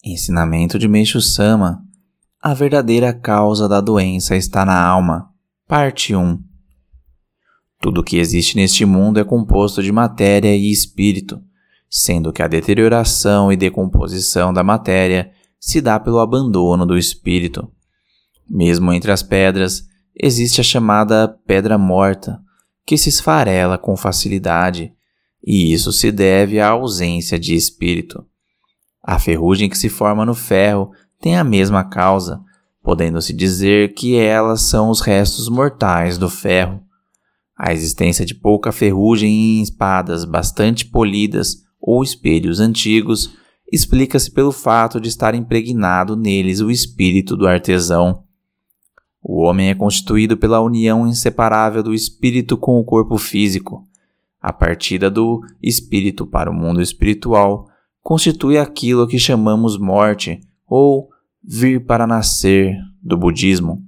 Ensinamento de Meixo Sama: a verdadeira causa da doença está na alma. Parte 1. Tudo que existe neste mundo é composto de matéria e espírito, sendo que a deterioração e decomposição da matéria se dá pelo abandono do espírito. Mesmo entre as pedras, existe a chamada pedra morta, que se esfarela com facilidade, e isso se deve à ausência de espírito. A ferrugem que se forma no ferro tem a mesma causa, podendo-se dizer que elas são os restos mortais do ferro. A existência de pouca ferrugem em espadas bastante polidas ou espelhos antigos explica-se pelo fato de estar impregnado neles o espírito do artesão. O homem é constituído pela união inseparável do espírito com o corpo físico. A partida do espírito para o mundo espiritual constitui aquilo que chamamos morte ou vir para nascer do budismo.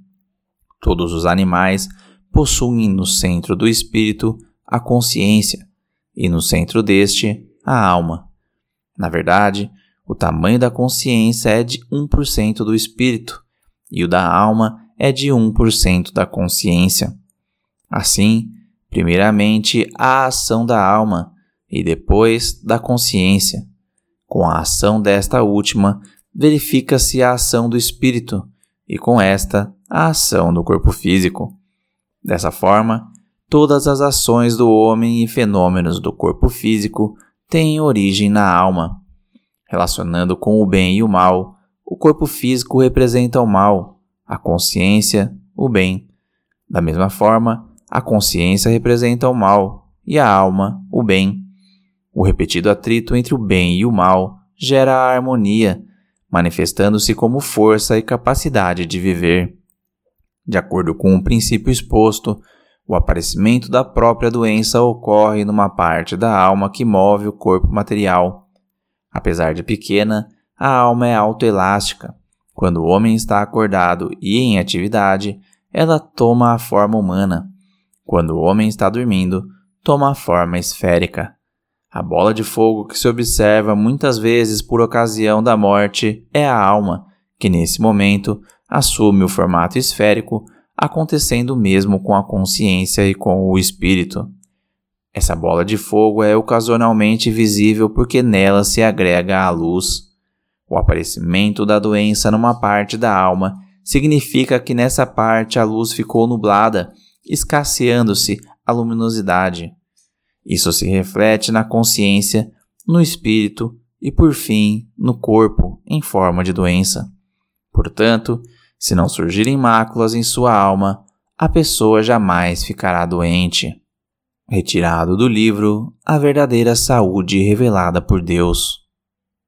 Todos os animais possuem no centro do espírito a consciência e no centro deste a alma. Na verdade, o tamanho da consciência é de 1% do espírito e o da alma é de 1% da consciência. Assim, primeiramente a ação da alma e depois da consciência. Com a ação desta última, verifica-se a ação do espírito e com esta, a ação do corpo físico. Dessa forma, todas as ações do homem e fenômenos do corpo físico têm origem na alma. Relacionando com o bem e o mal, o corpo físico representa o mal, a consciência, o bem. Da mesma forma, a consciência representa o mal e a alma, o bem. O repetido atrito entre o bem e o mal gera a harmonia, manifestando-se como força e capacidade de viver. De acordo com o princípio exposto, o aparecimento da própria doença ocorre numa parte da alma que move o corpo material. Apesar de pequena, a alma é autoelástica. Quando o homem está acordado e em atividade, ela toma a forma humana. Quando o homem está dormindo, toma a forma esférica. A bola de fogo que se observa muitas vezes por ocasião da morte é a alma, que nesse momento assume o formato esférico, acontecendo o mesmo com a consciência e com o espírito. Essa bola de fogo é ocasionalmente visível porque nela se agrega a luz. O aparecimento da doença numa parte da alma significa que nessa parte a luz ficou nublada, escasseando-se a luminosidade. Isso se reflete na consciência, no espírito e, por fim, no corpo, em forma de doença. Portanto, se não surgirem máculas em sua alma, a pessoa jamais ficará doente. Retirado do livro A Verdadeira Saúde Revelada por Deus.